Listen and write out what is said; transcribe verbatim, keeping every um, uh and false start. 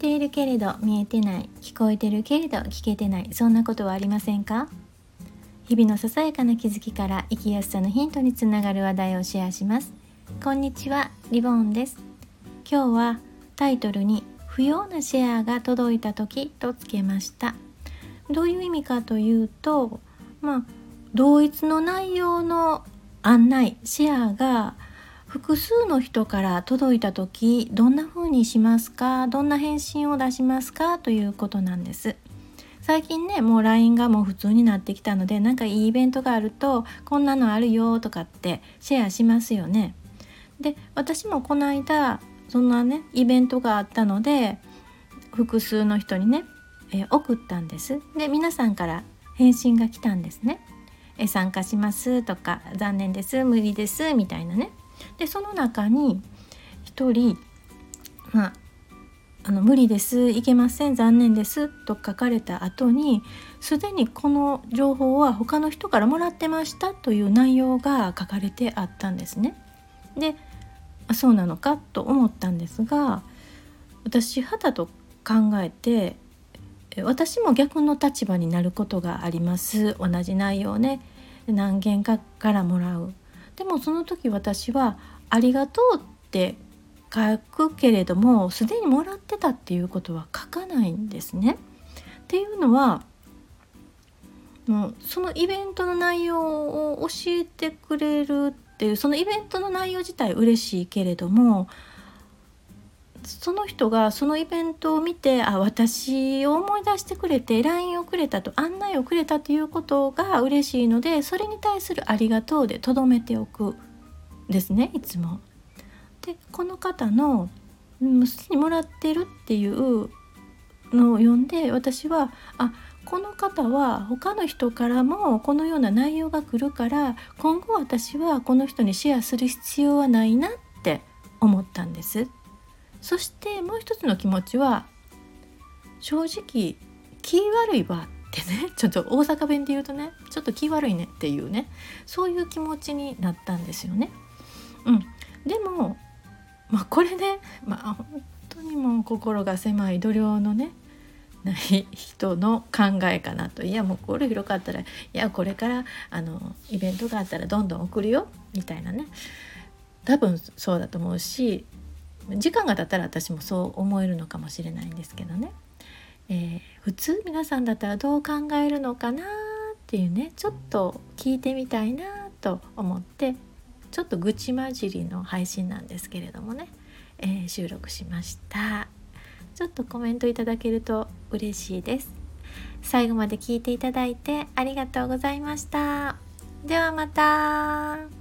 ているけれど見えてない、聞こえてるけれど聞けてない、そんなことはありませんか？日々のささやかな気づきから生きやすさのヒントにつながる話題をシェアします。こんにちは、リボーンです。今日はタイトルに不要なシェアが届いた時とつけました。どういう意味かというと、まあ同一の内容の案内、シェアが複数の人から届いた時、どんな風にしますか？どんな返信を出しますか？ということなんです。最近ね、もう ライン がもう普通になってきたので、なんかいいイベントがあると、こんなのあるよとかってシェアしますよね。で、私もこの間そんなねイベントがあったので、複数の人にね、えー送ったんです。で、皆さんから返信が来たんですね。え参加しますとか、残念です、無理ですみたいなね。で、その中に一人、まあ、あの無理です、いけません、残念ですと書かれた後に、すでにこの情報は他の人からもらってましたという内容が書かれてあったんですね。で、あ、そうなのかと思ったんですが、私はたと考えて、私も逆の立場になることがあります。同じ内容ね、何件かからもらう。でもその時私はありがとうって書くけれども、すでにもらってたっていうことは書かないんですね。っていうのは、もうそのイベントの内容を教えてくれるっていう、そのイベントの内容自体嬉しいけれども、その人がそのイベントを見て、あ、私を思い出してくれて ライン をくれたと、案内をくれたということが嬉しいので、それに対するありがとうでとどめておくですね、いつも。で、この方のうんすでにもらってるっていうのを読んで、私は、あ、この方は他の人からもこのような内容が来るから、今後私はこの人にシェアする必要はないなって思ったんです。そしてもう一つの気持ちは、正直気悪いわってね、ちょっと大阪弁で言うとね、ちょっと気悪いねっていうね、そういう気持ちになったんですよね。うん、でも、まあ、これね、まあ、本当にもう心が狭い度量のねない人の考えかなと。いや、もう心広かったら、いやこれからあのイベントがあったらどんどん送るよみたいなね、多分そうだと思うし、時間が経ったら私もそう思えるのかもしれないんですけどね、えー、普通皆さんだったらどう考えるのかなっていうね、ちょっと聞いてみたいなと思って、ちょっと愚痴混じりの配信なんですけれどもね、えー、収録しました。ちょっとコメントいただけると嬉しいです。最後まで聞いていただいてありがとうございました。ではまた。